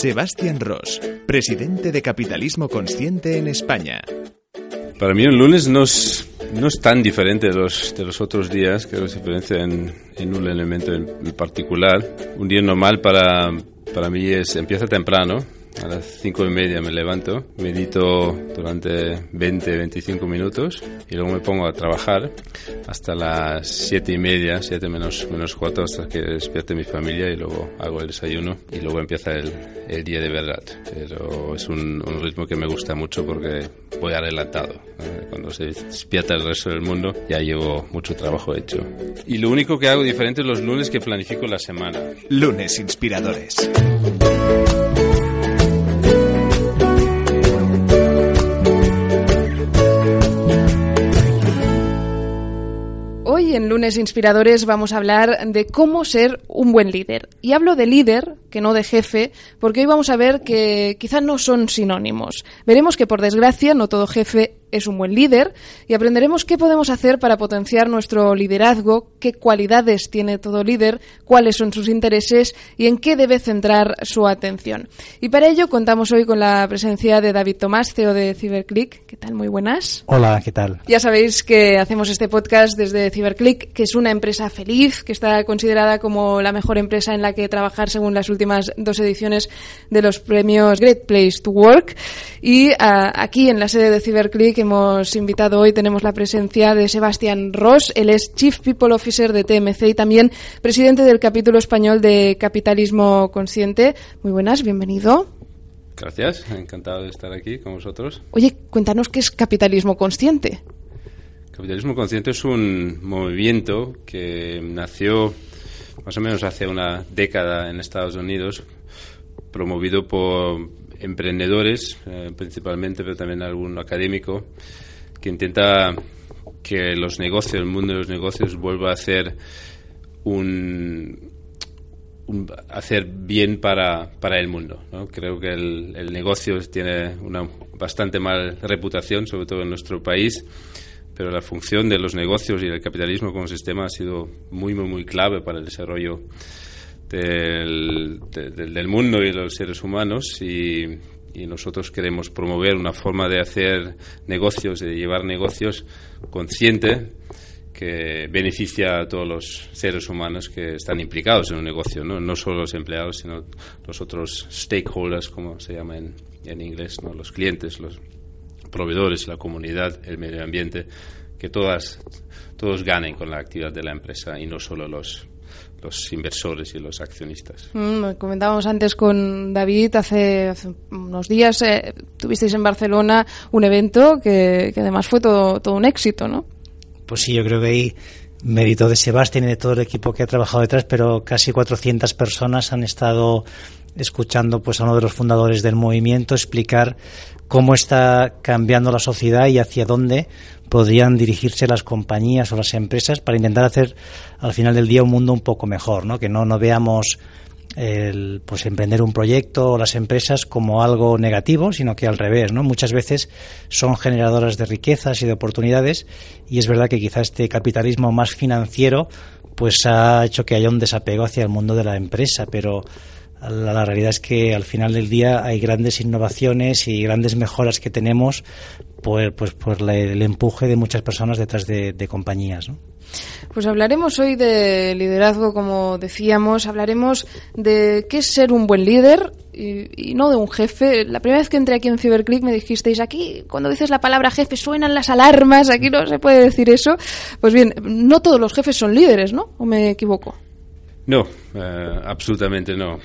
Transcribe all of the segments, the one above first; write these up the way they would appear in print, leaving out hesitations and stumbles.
Sebastián Ros, presidente de Capitalismo Consciente en España. Para mí un lunes no es tan diferente de los otros días, que se diferencia en un elemento en particular. Un día normal para mí empieza temprano. A las 5:30 me levanto, medito durante 20-25 minutos y luego me pongo a trabajar hasta las 7:30, 7 menos cuarto, hasta que despierte mi familia y luego hago el desayuno y luego empieza el día de verdad. Pero es un ritmo que me gusta mucho porque voy adelantado. Cuando se despierta el resto del mundo ya llevo mucho trabajo hecho. Y lo único que hago diferente es los lunes que planifico la semana. Lunes inspiradores. Hoy en Lunes Inspiradores vamos a hablar de cómo ser un buen líder. Y hablo de líder, que no de jefe, porque hoy vamos a ver que quizás no son sinónimos. Veremos que, por desgracia, no todo jefe es un buen líder y aprenderemos qué podemos hacer para potenciar nuestro liderazgo, qué cualidades tiene todo líder, cuáles son sus intereses y en qué debe centrar su atención. Y para ello contamos hoy con la presencia de David Tomás, CEO de Cyberclick. ¿Qué tal? Muy buenas. Hola, ¿qué tal? Ya sabéis que hacemos este podcast desde Cyberclick, que es una empresa feliz, que está considerada como la mejor empresa en la que trabajar según las últimas 2 ediciones de los premios Great Place to Work. Y aquí en la sede de Cyberclick hemos invitado hoy, tenemos la presencia de Sebastián Ros. Él es Chief People Officer de TMC y también presidente del capítulo español de Capitalismo Consciente. Muy buenas, bienvenido. Gracias, encantado de estar aquí con vosotros. Oye, cuéntanos qué es Capitalismo Consciente. Capitalismo Consciente es un movimiento que nació más o menos hace una década en Estados Unidos, promovido por emprendedores, principalmente, pero también algún académico, que intenta que los negocios, el mundo de los negocios, vuelva a hacer hacer bien para el mundo, ¿no? Creo que el negocio tiene una bastante mala reputación, sobre todo en nuestro país, pero la función de los negocios y el capitalismo como sistema ha sido muy, muy, muy clave para el desarrollo del mundo y de los seres humanos, y nosotros queremos promover una forma de hacer negocios, de llevar negocios consciente, que beneficia a todos los seres humanos que están implicados en un negocio, no solo los empleados, sino los otros stakeholders, como se llama en inglés, ¿no? Los clientes, los proveedores, la comunidad, el medio ambiente, que todos ganen con la actividad de la empresa y no solo los inversores y los accionistas. Comentábamos antes con David, hace unos días tuvisteis en Barcelona un evento que además fue todo un éxito, ¿no? Pues sí, yo creo que ahí mérito de Sebastián y de todo el equipo que ha trabajado detrás, pero casi 400 personas han estado escuchando pues a uno de los fundadores del movimiento explicar cómo está cambiando la sociedad y hacia dónde podrían dirigirse las compañías o las empresas para intentar hacer al final del día un mundo un poco mejor, ¿no? Que no veamos pues emprender un proyecto o las empresas como algo negativo, sino que al revés, ¿no? Muchas veces son generadoras de riquezas y de oportunidades, y es verdad que quizá este capitalismo más financiero pues ha hecho que haya un desapego hacia el mundo de la empresa, pero la realidad es que al final del día hay grandes innovaciones y grandes mejoras que tenemos por el empuje de muchas personas detrás de compañías, ¿no? Pues hablaremos hoy de liderazgo, como decíamos, hablaremos de qué es ser un buen líder y no de un jefe. La primera vez que entré aquí en Cyberclick me dijisteis, aquí cuando dices la palabra jefe suenan las alarmas, aquí no se puede decir eso. Pues bien, no todos los jefes son líderes, ¿no? ¿O me equivoco? No, absolutamente no.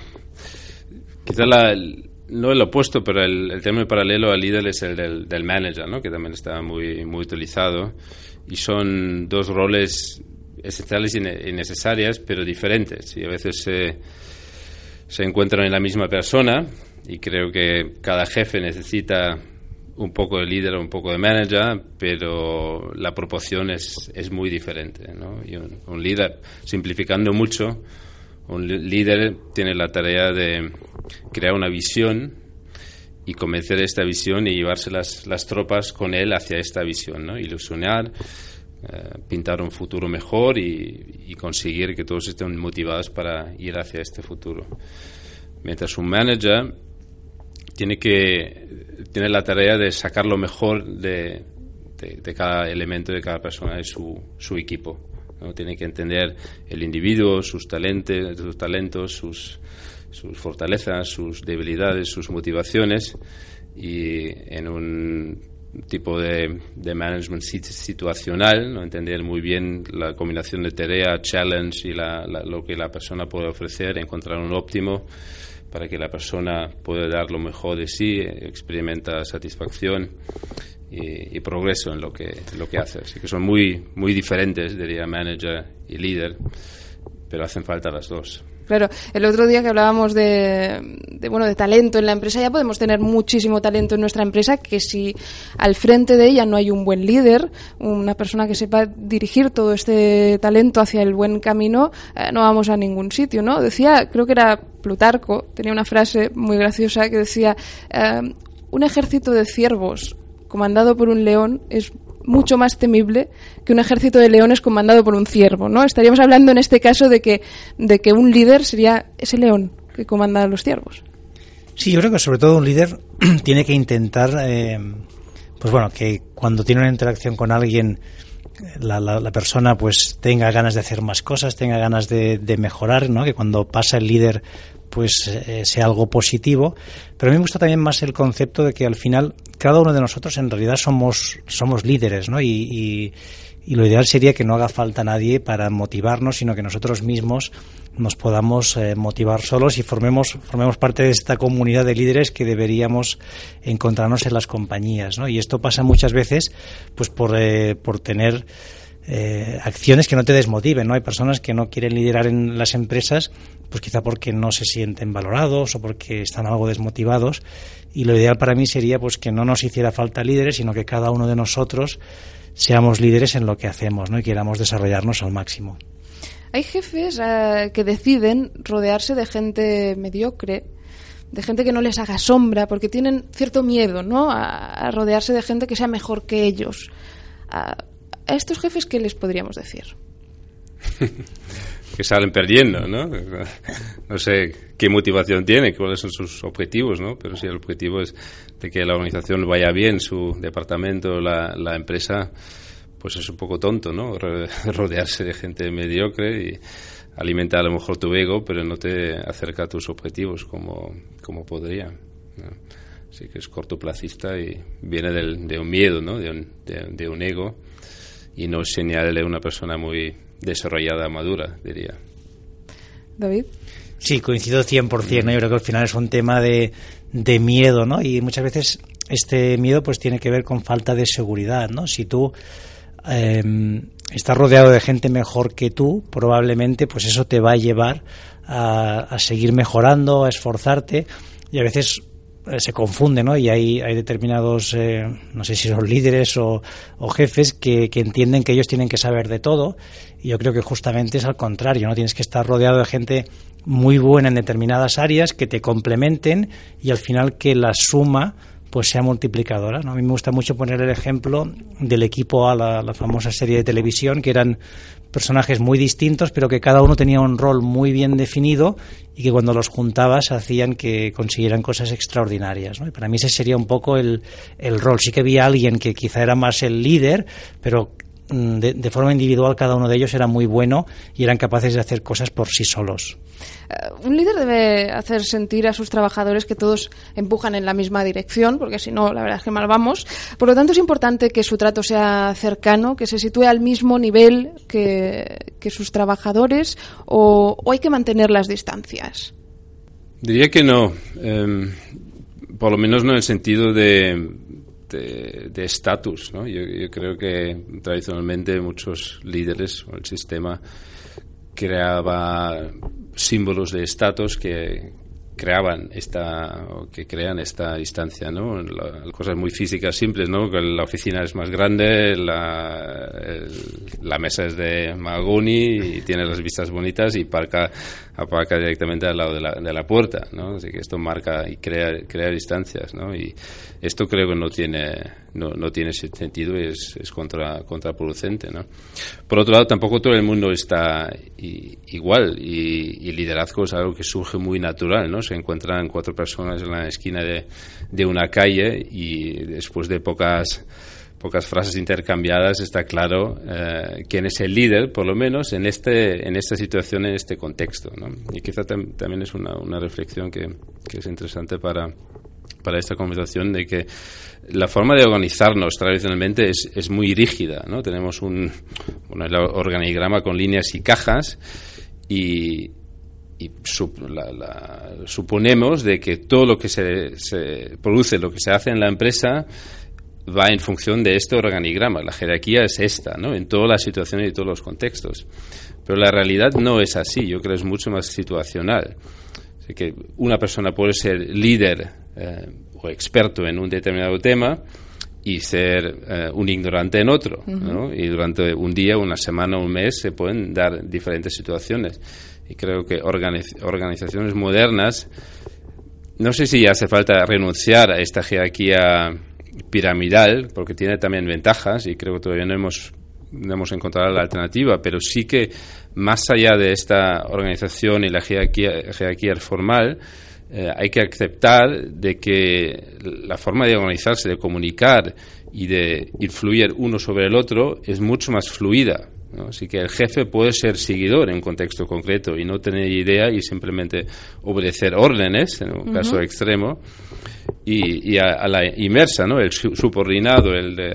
Quizá no el opuesto, pero el término paralelo al líder es el del manager, ¿no? Que también está muy, muy utilizado. Y son dos roles esenciales y necesarias, pero diferentes. Y a veces se encuentran en la misma persona, y creo que cada jefe necesita un poco de líder o un poco de manager, pero la proporción es muy diferente, ¿no? Y un líder, simplificando mucho, un líder tiene la tarea de crear una visión y convencer de esta visión y llevarse las tropas con él hacia esta visión, ¿no? Ilusionar, pintar un futuro mejor y conseguir que todos estén motivados para ir hacia este futuro. Mientras un manager tiene la tarea de sacar lo mejor de cada elemento, de cada persona de su equipo, ¿no? Tiene que entender el individuo, sus talentos, sus fortalezas, sus debilidades, sus motivaciones, y en un tipo de management situacional, ¿no? Entender muy bien la combinación de tarea, challenge y lo que la persona puede ofrecer, encontrar un óptimo para que la persona pueda dar lo mejor de sí, experimenta satisfacción y progreso en lo que hace. Así que son muy, muy diferentes, diría, manager y líder, pero hacen falta las dos. Claro, el otro día que hablábamos de talento en la empresa, ya podemos tener muchísimo talento en nuestra empresa, que si al frente de ella no hay un buen líder, una persona que sepa dirigir todo este talento hacia el buen camino, no vamos a ningún sitio, ¿no? Decía, creo que era Plutarco, tenía una frase muy graciosa que decía, un ejército de ciervos comandado por un león es mucho más temible que un ejército de leones comandado por un ciervo, ¿no? Estaríamos hablando en este caso de que un líder sería ese león que comanda a los ciervos. Sí, yo creo que sobre todo un líder tiene que intentar, que cuando tiene una interacción con alguien, la persona pues tenga ganas de hacer más cosas, tenga ganas de mejorar, ¿no? Que cuando pasa el líder pues sea algo positivo. Pero a mí me gusta también más el concepto de que al final cada uno de nosotros en realidad somos líderes, ¿no? Y lo ideal sería que no haga falta nadie para motivarnos, sino que nosotros mismos nos podamos motivar solos y formemos parte de esta comunidad de líderes que deberíamos encontrarnos en las compañías, ¿no? Y esto pasa muchas veces pues por tener acciones que no te desmotiven, ¿no? Hay personas que no quieren liderar en las empresas, pues quizá porque no se sienten valorados o porque están algo desmotivados, y lo ideal para mí sería pues que no nos hiciera falta líderes, sino que cada uno de nosotros seamos líderes en lo que hacemos, ¿no? Y queramos desarrollarnos al máximo. Hay jefes que deciden rodearse de gente mediocre, de gente que no les haga sombra, porque tienen cierto miedo, ¿no? A rodearse de gente que sea mejor que ellos. A estos jefes, ¿qué les podríamos decir? Que salen perdiendo, ¿no? No sé qué motivación tiene, cuáles son sus objetivos, ¿no? Pero si el objetivo es de que la organización vaya bien, su departamento, la empresa, pues es un poco tonto, ¿no? Rodearse de gente mediocre y alimenta a lo mejor tu ego, pero no te acerca a tus objetivos como podría, ¿no? Así que es cortoplacista y viene de un miedo, ¿no? De un ego, y no es señal de una persona muy desarrollada, madura, diría. David. Sí, coincido 100%, ¿no? Yo creo que al final es un tema de miedo, ¿no? Y muchas veces este miedo pues tiene que ver con falta de seguridad, ¿no? Si tú estás rodeado de gente mejor que tú, probablemente pues eso te va a llevar a seguir mejorando, a esforzarte, y a veces se confunde, ¿no? Y hay determinados, no sé si son líderes o jefes que entienden que ellos tienen que saber de todo, y yo creo que justamente es al contrario, ¿no? Tienes que estar rodeado de gente muy buena en determinadas áreas que te complementen y al final que la suma pues sea multiplicadora, ¿no? A mí me gusta mucho poner el ejemplo del equipo A, la famosa serie de televisión, que eran personajes muy distintos, pero que cada uno tenía un rol muy bien definido y que cuando los juntabas hacían que consiguieran cosas extraordinarias, ¿no? Y para mí ese sería un poco el rol. Sí que había alguien que quizá era más el líder, pero de forma individual cada uno de ellos era muy bueno y eran capaces de hacer cosas por sí solos. Un líder debe hacer sentir a sus trabajadores que todos empujan en la misma dirección, porque si no, la verdad es que mal vamos. Por lo tanto, es importante que su trato sea cercano, que se sitúe al mismo nivel que sus trabajadores, o hay que mantener las distancias. Diría que no, por lo menos no en el sentido de estatus, ¿no? Yo creo que tradicionalmente muchos líderes o el sistema creaba símbolos de estatus que crean esta distancia, ¿no? Cosas muy físicas simples, ¿no? Que la oficina es más grande, la mesa es de mahagoni y tiene las vistas bonitas y aparca directamente al lado de la puerta, ¿no? Así que esto marca y crea distancias, ¿no? Y esto creo que no tiene no tiene sentido y es contraproducente, ¿no? Por otro lado, tampoco todo el mundo está igual y liderazgo es algo que surge muy natural, ¿no? Se encuentran 4 personas en la esquina de una calle y después de pocas frases intercambiadas está claro quién es el líder, por lo menos en esta situación, en este contexto, ¿no? Y quizá también es una reflexión que es interesante para esta conversación, de que la forma de organizarnos tradicionalmente es muy rígida, ¿no? Tenemos un organigrama con líneas y cajas y suponemos de que todo lo que se produce, lo que se hace en la empresa, va en función de este organigrama. La jerarquía es esta, ¿no? En todas las situaciones y todos los contextos. Pero la realidad no es así. Yo creo que es mucho más situacional. Así que una persona puede ser líder o experto en un determinado tema y ser un ignorante en otro, ¿no? Y durante un día, una semana, un mes se pueden dar diferentes situaciones. Y creo que organizaciones modernas, no sé si hace falta renunciar a esta jerarquía piramidal, porque tiene también ventajas y creo que todavía no hemos encontrado la alternativa, pero sí que más allá de esta organización y la jerarquía formal, hay que aceptar de que la forma de organizarse, de comunicar y de influir uno sobre el otro es mucho más fluida, ¿no? Así que el jefe puede ser seguidor en un contexto concreto y no tener idea y simplemente obedecer órdenes, en un caso extremo, y a la inversa, ¿no? El subordinado,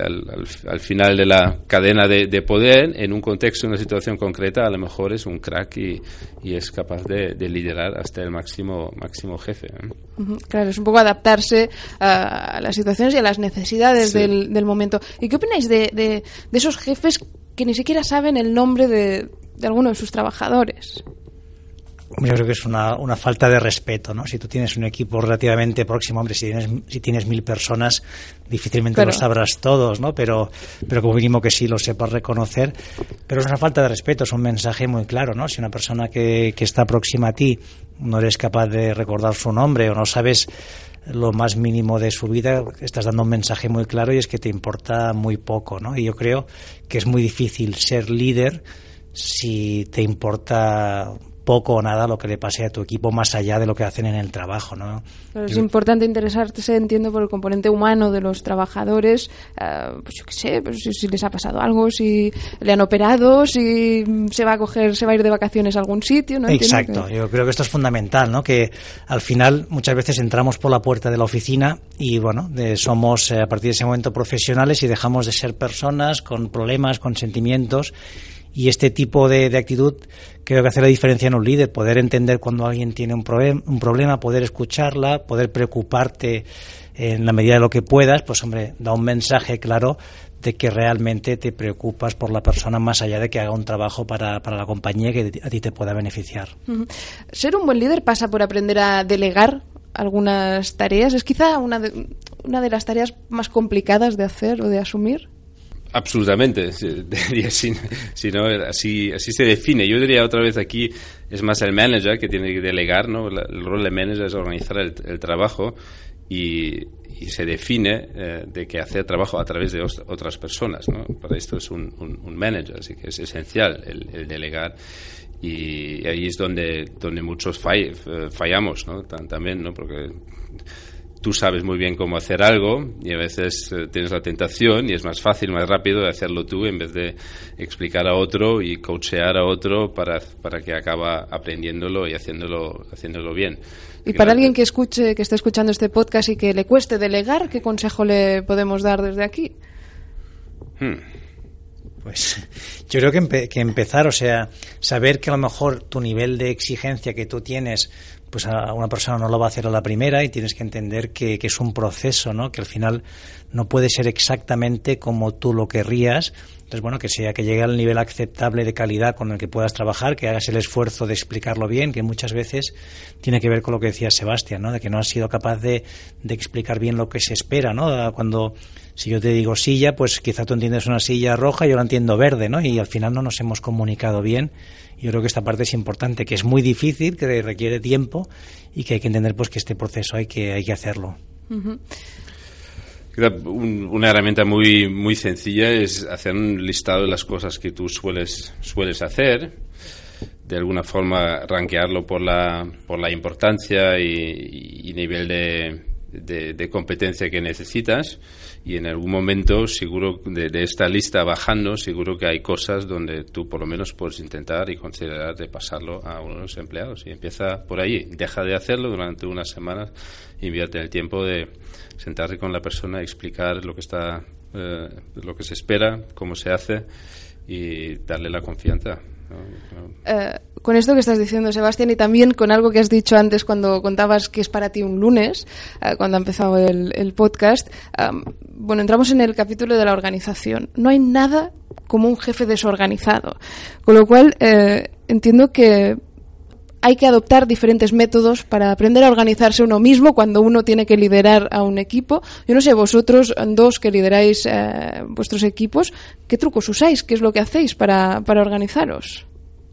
al final de la cadena de poder, en un contexto, en una situación concreta, a lo mejor es un crack y es capaz de liderar hasta el máximo jefe, ¿eh? Claro, es un poco adaptarse a las situaciones y a las necesidades del momento. ¿Y qué opináis de esos jefes que ni siquiera saben el nombre de alguno de sus trabajadores? Yo creo que es una falta de respeto, ¿no? Si tú tienes un equipo relativamente próximo, hombre, si tienes 1000 personas, difícilmente claro, lo sabrás todos, ¿no? Pero como mínimo que sí lo sepas reconocer. Pero es una falta de respeto, es un mensaje muy claro, ¿no? Si una persona que está próxima a ti no eres capaz de recordar su nombre o no sabes lo más mínimo de su vida, estás dando un mensaje muy claro y es que te importa muy poco, ¿no? Y yo creo que es muy difícil ser líder si te importa poco o nada lo que le pase a tu equipo más allá de lo que hacen en el trabajo, ¿no? Pero es importante interesarse, entiendo, por el componente humano de los trabajadores, pues yo qué sé, pues si les ha pasado algo, si le han operado, si se va a ir de vacaciones a algún sitio, ¿no? Exacto, yo creo que esto es fundamental, ¿no? Que al final muchas veces entramos por la puerta de la oficina y bueno, somos a partir de ese momento profesionales y dejamos de ser personas con problemas, con sentimientos. Y este tipo de actitud creo que hace la diferencia en un líder, poder entender cuando alguien tiene un problema, poder escucharla, poder preocuparte en la medida de lo que puedas, pues hombre, da un mensaje claro de que realmente te preocupas por la persona más allá de que haga un trabajo para la compañía que a ti te pueda beneficiar. Ser un buen líder pasa por aprender a delegar algunas tareas. ¿Es quizá una de las tareas más complicadas de hacer o de asumir? Absolutamente, diría, si no, así se define. Yo diría otra vez aquí es más el manager que tiene que delegar, ¿no? El rol de manager es organizar el trabajo y se define de que hacer trabajo a través de otras personas, ¿no? Para esto es un manager, así que es esencial el delegar. Y ahí es donde muchos fallamos, ¿no? También, ¿no? Porque tú sabes muy bien cómo hacer algo y a veces tienes la tentación y es más fácil, más rápido de hacerlo tú en vez de explicar a otro y coachear a otro para que acaba aprendiéndolo y haciéndolo bien. Y para alguien que esté escuchando este podcast y que le cueste delegar, ¿qué consejo le podemos dar desde aquí? Pues yo creo que empezar, o sea, saber que a lo mejor tu nivel de exigencia que tú tienes, pues a una persona no lo va a hacer a la primera y tienes que entender que es un proceso, ¿no? Que al final no puede ser exactamente como tú lo querrías. Entonces, bueno, que llegue al nivel aceptable de calidad con el que puedas trabajar, que hagas el esfuerzo de explicarlo bien, que muchas veces tiene que ver con lo que decía Sebastián, ¿no? De que no has sido capaz de explicar bien lo que se espera, ¿no? Si yo te digo silla, pues quizá tú entiendes una silla roja y yo la entiendo verde, ¿no? Y al final no nos hemos comunicado bien. Yo creo que esta parte es importante, que es muy difícil, que requiere tiempo y que hay que entender pues que este proceso hay que hacerlo. Una herramienta muy, muy sencilla es hacer un listado de las cosas que tú sueles hacer, de alguna forma rankearlo por la importancia y nivel de competencia que necesitas, y en algún momento seguro de esta lista bajando, seguro que hay cosas donde tú por lo menos puedes intentar y considerar de pasarlo a uno de los empleados, y empieza por allí. Deja de hacerlo durante unas semanas, invierte el tiempo de sentarte con la persona, explicar lo que se espera, cómo se hace, y darle la confianza. Con esto que estás diciendo, Sebastián, y también con algo que has dicho antes cuando contabas que es para ti un lunes, cuando ha empezado el podcast, entramos en el capítulo de la organización. No hay nada como un jefe desorganizado, con lo cual entiendo que hay que adoptar diferentes métodos para aprender a organizarse uno mismo cuando uno tiene que liderar a un equipo. Yo no sé, vosotros dos que lideráis vuestros equipos, ¿qué trucos usáis? ¿Qué es lo que hacéis para organizaros?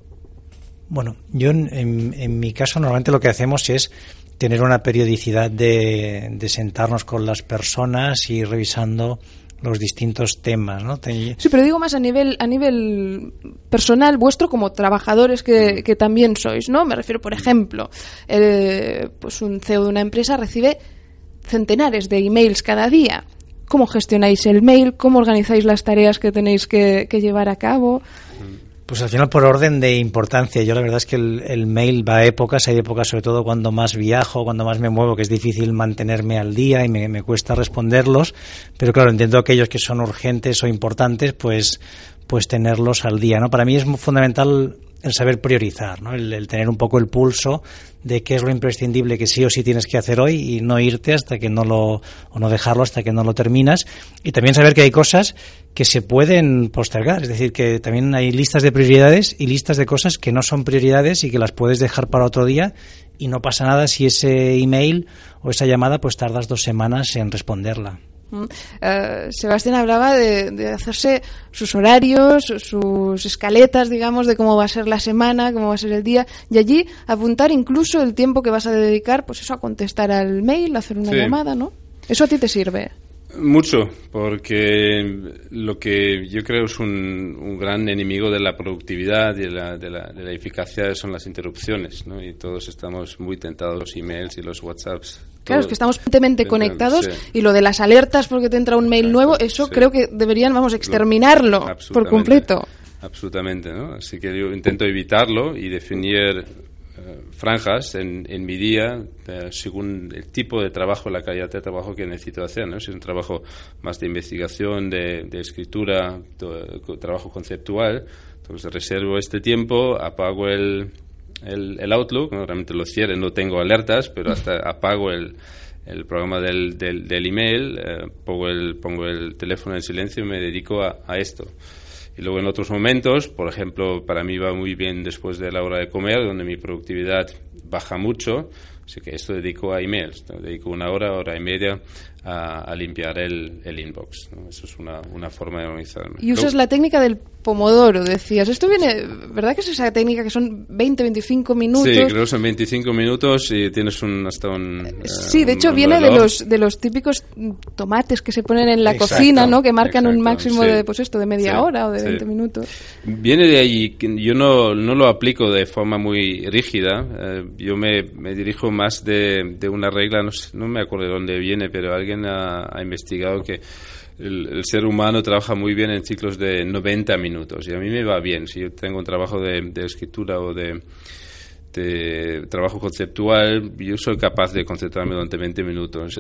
Bueno, yo en mi caso normalmente lo que hacemos es tener una periodicidad de sentarnos con las personas y revisando los distintos temas, ¿no? Sí, pero digo más a nivel personal vuestro, como trabajadores que también sois, ¿no? Me refiero, por ejemplo, pues un CEO de una empresa recibe centenares de emails cada día. ¿Cómo gestionáis el mail? ¿Cómo organizáis las tareas que tenéis que llevar a cabo? Pues al final por orden de importancia. Yo la verdad es que el mail va a épocas, hay épocas sobre todo cuando más viajo, cuando más me muevo, que es difícil mantenerme al día y me cuesta responderlos, pero claro, entiendo aquellos que son urgentes o importantes, pues tenerlos al día, ¿no? Para mí es fundamental el saber priorizar, ¿no? El tener un poco el pulso de qué es lo imprescindible que sí o sí tienes que hacer hoy y no irte hasta que no dejarlo hasta que no lo terminas, y también saber que hay cosas que se pueden postergar, es decir, que también hay listas de prioridades y listas de cosas que no son prioridades y que las puedes dejar para otro día, y no pasa nada si ese email o esa llamada pues tardas 2 semanas en responderla. Sebastián hablaba de hacerse sus horarios, sus escaletas, digamos, de cómo va a ser la semana, cómo va a ser el día, y allí apuntar incluso el tiempo que vas a dedicar, pues eso, a contestar al mail, a hacer una llamada, ¿no? ¿Eso a ti te sirve? Mucho, porque lo que yo creo es un gran enemigo de la productividad y de la eficacia son las interrupciones, ¿no? Y todos estamos muy tentados los emails y los WhatsApps. Claro, es que estamos constantemente conectados, y lo de las alertas porque te entra un mail nuevo, eso creo que deberían, exterminarlo por completo. Absolutamente, ¿no? Así que yo intento evitarlo y definir franjas en mi día según el tipo de trabajo, la calidad de trabajo que necesito hacer, ¿no? Si es un trabajo más de investigación, de escritura, trabajo conceptual, entonces reservo este tiempo, apago el Outlook, ¿no? Realmente lo cierro, no tengo alertas, pero hasta apago el programa del email, pongo el teléfono en silencio y me dedico a esto. Y luego en otros momentos, por ejemplo, para mí va muy bien después de la hora de comer, donde mi productividad baja mucho, así que esto dedico a emails, ¿no? Dedico 1 hora, hora y media a limpiar el inbox, ¿no? Eso es una forma de organizarme. Y usas la técnica del Pomodoro, decías. Esto viene, ¿verdad que es esa técnica que son 20-25 minutos? Sí, creo que son 25 minutos y tienes hasta un... Sí, de hecho viene de los típicos tomates que se ponen en la cocina, ¿no? Que marcan un máximo de media hora o de 20 minutos. Viene de ahí. Yo no lo aplico de forma muy rígida. Yo me dirijo más de una regla, no me acuerdo de dónde viene, pero alguien ha investigado que el ser humano trabaja muy bien en ciclos de 90 minutos y a mí me va bien. Si yo tengo un trabajo de escritura o de trabajo conceptual, yo soy capaz de concentrarme durante 90 minutos.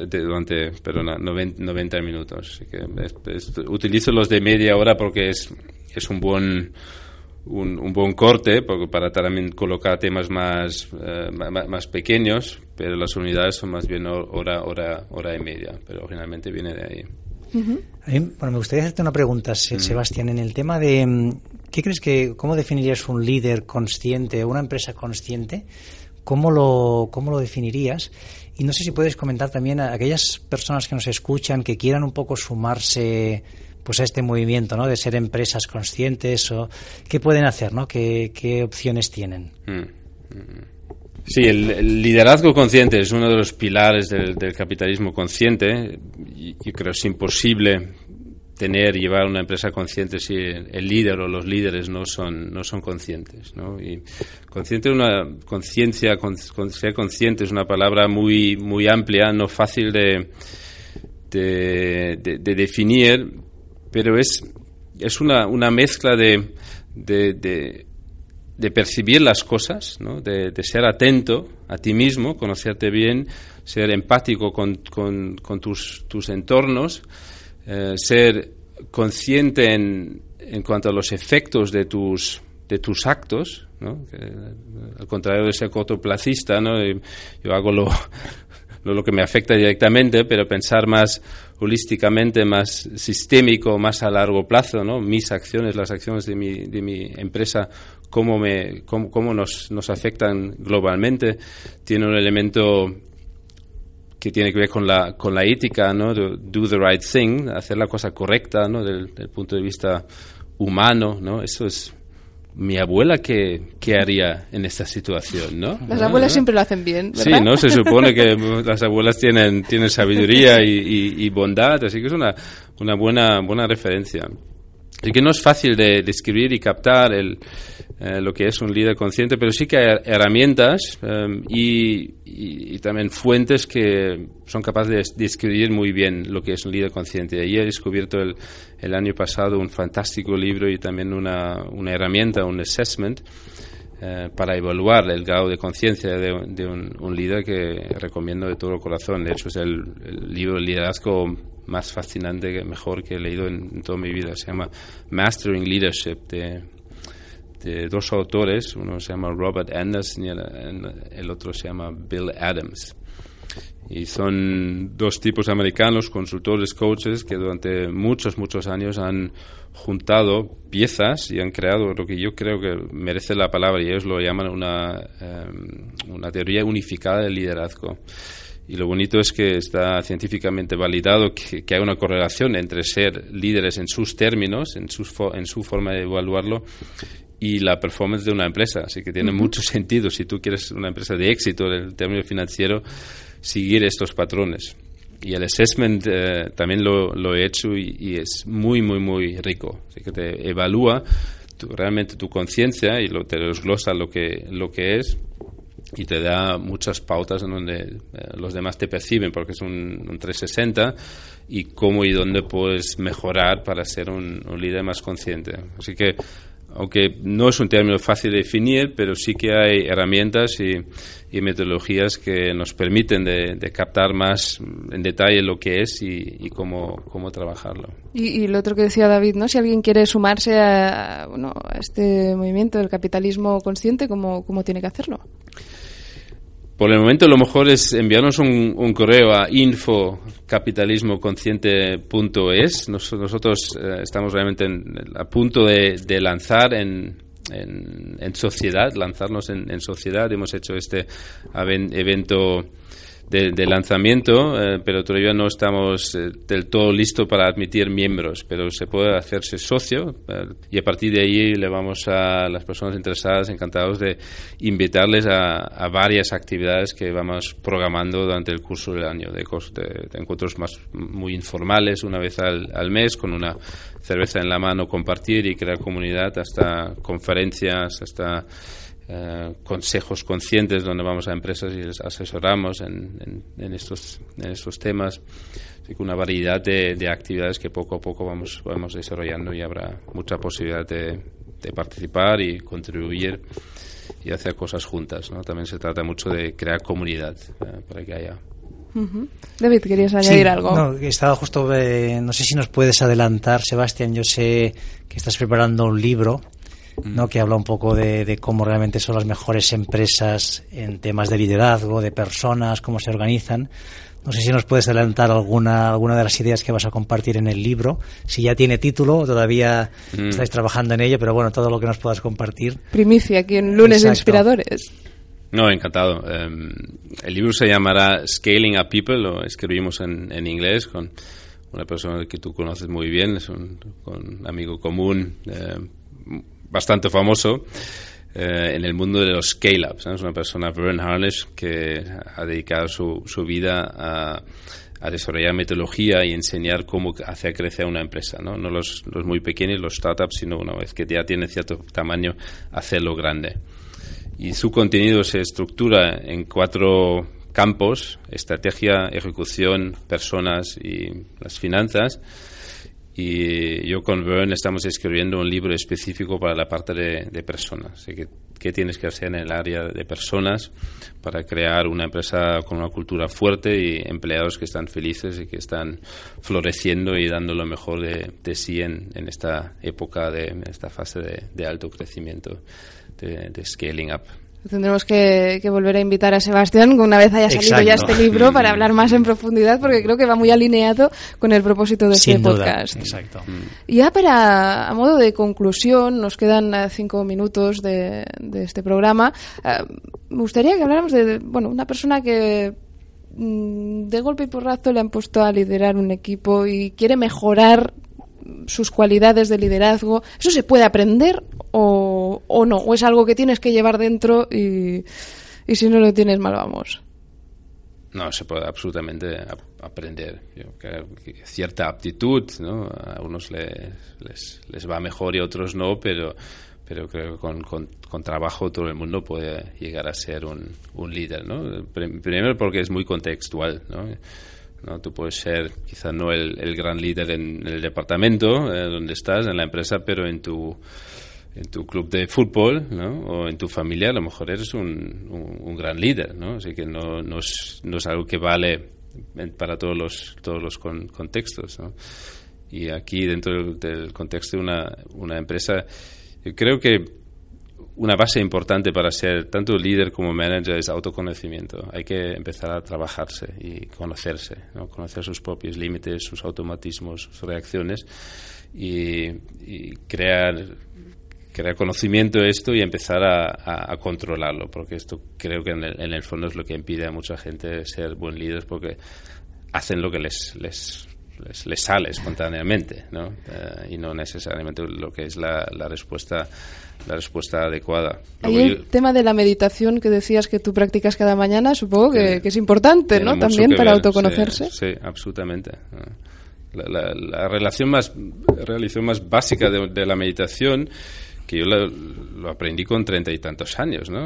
Así que utilizo los de media hora porque es un buen corte para también colocar temas más pequeños, pero las unidades son más bien hora y media, pero generalmente viene de ahí. Uh-huh. Me gustaría hacerte una pregunta, Sebastián, en el tema de ¿qué crees cómo definirías un líder consciente o una empresa consciente? ¿Cómo lo definirías? Y no sé si puedes comentar también a aquellas personas que nos escuchan que quieran un poco sumarse pues a este movimiento, ¿no? De ser empresas conscientes, o qué pueden hacer, ¿no? ¿Qué opciones tienen? Sí, el liderazgo consciente es uno de los pilares del capitalismo consciente. Y yo creo que es imposible llevar una empresa consciente si el líder o los líderes no son conscientes, ¿no? Y conciencia consciente es una palabra muy muy amplia, no fácil de definir, pero es una mezcla de percibir las cosas, ¿no? De ser atento a ti mismo, conocerte bien, ser empático con tus entornos, ser consciente en cuanto a los efectos de tus actos, ¿no? Al contrario de ser cortoplacista, ¿no? Yo hago lo que me afecta directamente, pero pensar más holísticamente, más sistémico, más a largo plazo, ¿no? Mis acciones, las acciones de mi empresa, cómo nos afectan globalmente, tiene un elemento que tiene que ver con la ética, ¿no? Do the right thing, hacer la cosa correcta, ¿no? Del punto de vista humano, ¿no? Eso es mi abuela que haría en esta situación, ¿no? Las abuelas siempre lo hacen bien, ¿verdad? Sí, ¿no? Se supone que las abuelas tienen sabiduría y bondad, así que es una buena referencia. Así que no es fácil de describir y captar lo que es un líder consciente, pero sí que hay herramientas y también fuentes que son capaces de describir muy bien lo que es un líder consciente. Y he descubierto el año pasado un fantástico libro y también una herramienta, un assessment, para evaluar el grado de conciencia de un líder que recomiendo de todo corazón. De hecho, es el libro de liderazgo más fascinante, mejor que he leído en toda mi vida. Se llama Mastering Leadership, de dos autores. Uno se llama Robert Anderson y el otro se llama Bill Adams. Y son dos tipos americanos, consultores, coaches, que durante muchos años han juntado piezas y han creado lo que yo creo que merece la palabra, y ellos lo llaman una teoría unificada del liderazgo. Y lo bonito es que está científicamente validado que hay una correlación entre ser líderes en sus términos, en su forma de evaluarlo, y la performance de una empresa. Así que tiene mucho sentido, si tú quieres una empresa de éxito en el término financiero, seguir estos patrones. Y el assessment también lo he hecho y es muy rico. Así que te evalúa realmente tu conciencia y te desglosa lo que es, y te da muchas pautas en donde los demás te perciben, porque es un 360, y cómo y dónde puedes mejorar para ser un líder más consciente. Así que, aunque no es un término fácil de definir, pero sí que hay herramientas y metodologías que nos permiten de captar más en detalle lo que es y cómo trabajarlo. Y lo otro que decía David, ¿no? Si alguien quiere sumarse a este movimiento del capitalismo consciente, ¿cómo tiene que hacerlo? Por el momento lo mejor es enviarnos un correo a info@capitalismoconsciente.es. Nosotros estamos realmente a punto de lanzar en sociedad, lanzarnos en sociedad. Hemos hecho este evento de lanzamiento, pero todavía no estamos del todo listos para admitir miembros, pero se puede hacerse socio, y a partir de ahí le vamos a las personas interesadas, encantados de invitarles a varias actividades que vamos programando durante el curso del año, de encuentros muy informales, una vez al mes, con una cerveza en la mano, compartir y crear comunidad, hasta conferencias, hasta consejos conscientes donde vamos a empresas y les asesoramos en estos temas. Así que una variedad de actividades que poco a poco vamos desarrollando, y habrá mucha posibilidad de participar y contribuir y hacer cosas juntas, ¿no? También se trata mucho de crear comunidad para que haya. David, ¿querías añadir algo? No, estaba justo, no sé si nos puedes adelantar, Sebastián. Yo sé que estás preparando un libro, ¿no?, que habla un poco de cómo realmente son las mejores empresas en temas de liderazgo, de personas, cómo se organizan. No sé si nos puedes adelantar alguna de las ideas que vas a compartir en el libro, si ya tiene título, todavía estáis trabajando en ello, pero bueno, todo lo que nos puedas compartir. Primicia aquí en Lunes Exacto. Inspiradores. No, encantado. El libro se llamará Scaling Up People, lo escribimos en inglés con una persona que tú conoces muy bien, es un amigo común, bastante famoso. en el mundo de los scale-ups, ¿no? Es una persona, Vern Harnish, que ha dedicado su vida a desarrollar metodología y enseñar cómo hacer crecer una empresa, ¿no? No los muy pequeños, los startups, sino una vez que ya tiene cierto tamaño, hacerlo grande. Y su contenido se estructura en 4 campos: estrategia, ejecución, personas y las finanzas. Y yo con Vern estamos escribiendo un libro específico para la parte de personas. Así que, ¿qué tienes que hacer en el área de personas para crear una empresa con una cultura fuerte y empleados que están felices y que están floreciendo y dando lo mejor de sí en esta época, en esta fase de alto crecimiento, de scaling up? Tendremos que volver a invitar a Sebastián una vez haya salido ya este libro para hablar más en profundidad, porque creo que va muy alineado con el propósito de este podcast. Exacto. Y ya a modo de conclusión, nos quedan 5 minutos de este programa. Me gustaría que habláramos de una persona que de golpe y porrazo le han puesto a liderar un equipo y quiere mejorar sus cualidades de liderazgo. ¿Eso se puede aprender o no? ¿O es algo que tienes que llevar dentro y si no lo tienes, mal vamos? No, se puede absolutamente aprender. Yo creo que cierta aptitud, ¿no? A unos les va mejor y a otros no, pero creo que con trabajo todo el mundo puede llegar a ser un líder, ¿no? Primero porque es muy contextual, ¿no? ¿No? Tú puedes ser quizá no el gran líder en el departamento donde estás, en la empresa, pero en tu club de fútbol, ¿no? O en tu familia a lo mejor eres un gran líder, ¿no? Así que no es algo que vale para todos los contextos, ¿no? Y aquí dentro del contexto de una empresa, yo creo que una base importante para ser tanto líder como manager es autoconocimiento. Hay que empezar a trabajarse y conocerse, ¿no? Conocer sus propios límites, sus automatismos, sus reacciones y crear conocimiento de esto y empezar a controlarlo, porque esto creo que en el fondo es lo que impide a mucha gente ser buen líder, porque hacen lo que les sale espontáneamente, ¿no? Y no necesariamente lo que es la respuesta adecuada. Ahí el tema de la meditación que decías que tú practicas cada mañana, supongo que es importante, ¿no? También para autoconocerse. Sí, absolutamente. La relación más básica de la meditación, que yo lo aprendí con 30 y tantos años, ¿no?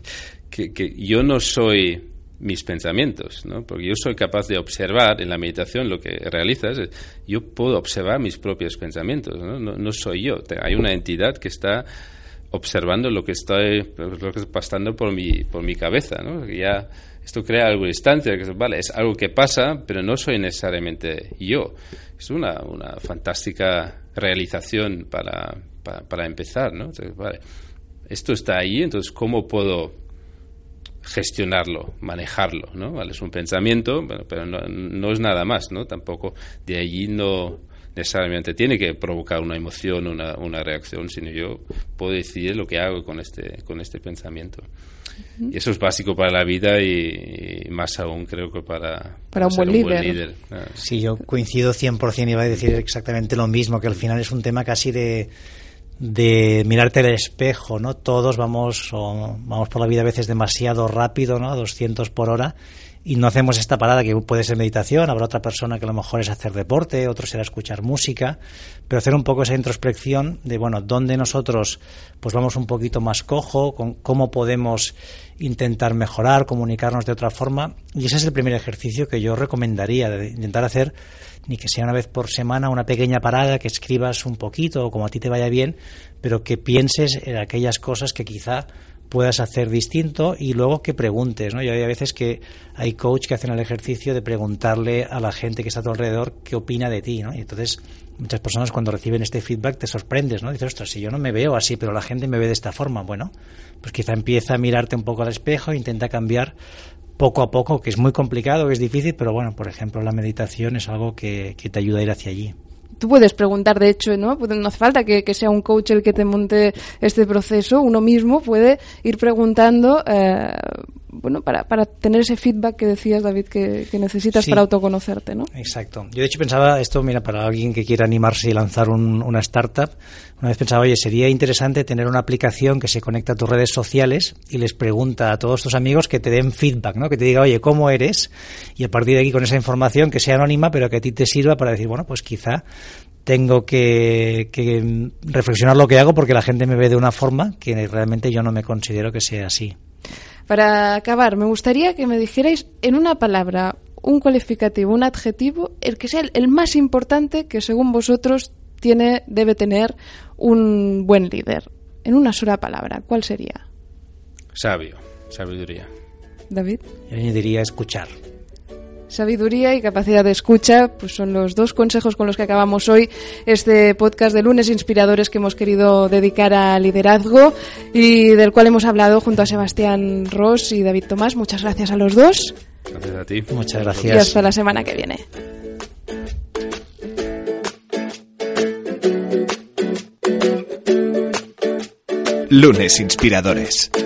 que yo no soy mis pensamientos, ¿no? Porque yo soy capaz de observar en la meditación lo que realizas. Yo puedo observar mis propios pensamientos, ¿no? No soy yo. Hay una entidad que está observando lo que está pasando por mi cabeza, ¿no? Ya esto crea algo de distancia, que vale, es algo que pasa, pero no soy necesariamente yo. Es una fantástica realización para empezar, ¿no? Entonces, vale, esto está ahí, entonces ¿cómo puedo gestionarlo, manejarlo, ¿no? Vale, es un pensamiento, pero no es nada más, ¿no? Tampoco de allí no necesariamente tiene que provocar una emoción, una reacción, sino yo puedo decidir lo que hago con este pensamiento. Uh-huh. Y eso es básico para la vida y más aún creo que para un buen líder. Sí, yo coincido 100%, iba a decir exactamente lo mismo, que al final es un tema casi de mirarte al espejo, ¿no? Todos vamos por la vida a veces demasiado rápido, ¿no? 200 por hora, y no hacemos esta parada que puede ser meditación. Habrá otra persona que a lo mejor es hacer deporte, otro será escuchar música, pero hacer un poco esa introspección de, dónde nosotros pues vamos un poquito más cojo, con cómo podemos intentar mejorar, comunicarnos de otra forma, y ese es el primer ejercicio que yo recomendaría, de intentar hacer, ni que sea una vez por semana, una pequeña parada, que escribas un poquito, o como a ti te vaya bien, pero que pienses en aquellas cosas que quizá puedas hacer distinto, y luego que preguntes, ¿no? Yo hay a veces que hay coach que hacen el ejercicio de preguntarle a la gente que está a tu alrededor qué opina de ti, ¿no? Y entonces muchas personas cuando reciben este feedback te sorprendes, ¿no? Dices, ostras, si yo no me veo así, pero la gente me ve de esta forma. Bueno, pues quizá empieza a mirarte un poco al espejo e intenta cambiar poco a poco, que es muy complicado, que es difícil, pero bueno, por ejemplo, la meditación es algo que te ayuda a ir hacia allí. Tú puedes preguntar, de hecho, ¿no? No hace falta que sea un coach el que te monte este proceso. Uno mismo puede ir preguntando bueno, para tener ese feedback que decías, David, que necesitas para autoconocerte, ¿no? Exacto. Yo de hecho pensaba esto, mira, para alguien que quiera animarse y lanzar una startup, una vez pensaba, oye, sería interesante tener una aplicación que se conecta a tus redes sociales y les pregunta a todos tus amigos que te den feedback, ¿no? Que te diga, oye, ¿cómo eres? Y a partir de aquí, con esa información que sea anónima, pero que a ti te sirva para decir, bueno, pues quizá tengo que reflexionar lo que hago porque la gente me ve de una forma que realmente yo no me considero que sea así. Para acabar, me gustaría que me dijerais en una palabra, un calificativo, un adjetivo, el que sea el más importante que según vosotros debe tener un buen líder. En una sola palabra, ¿cuál sería? Sabio, sabiduría. David. Yo diría escuchar. Sabiduría y capacidad de escucha, pues son los dos consejos con los que acabamos hoy este podcast de Lunes Inspiradores que hemos querido dedicar a liderazgo y del cual hemos hablado junto a Sebastián Ros y David Tomás. Muchas gracias a los dos. Gracias a ti. Muchas gracias. Y hasta la semana que viene. Lunes Inspiradores.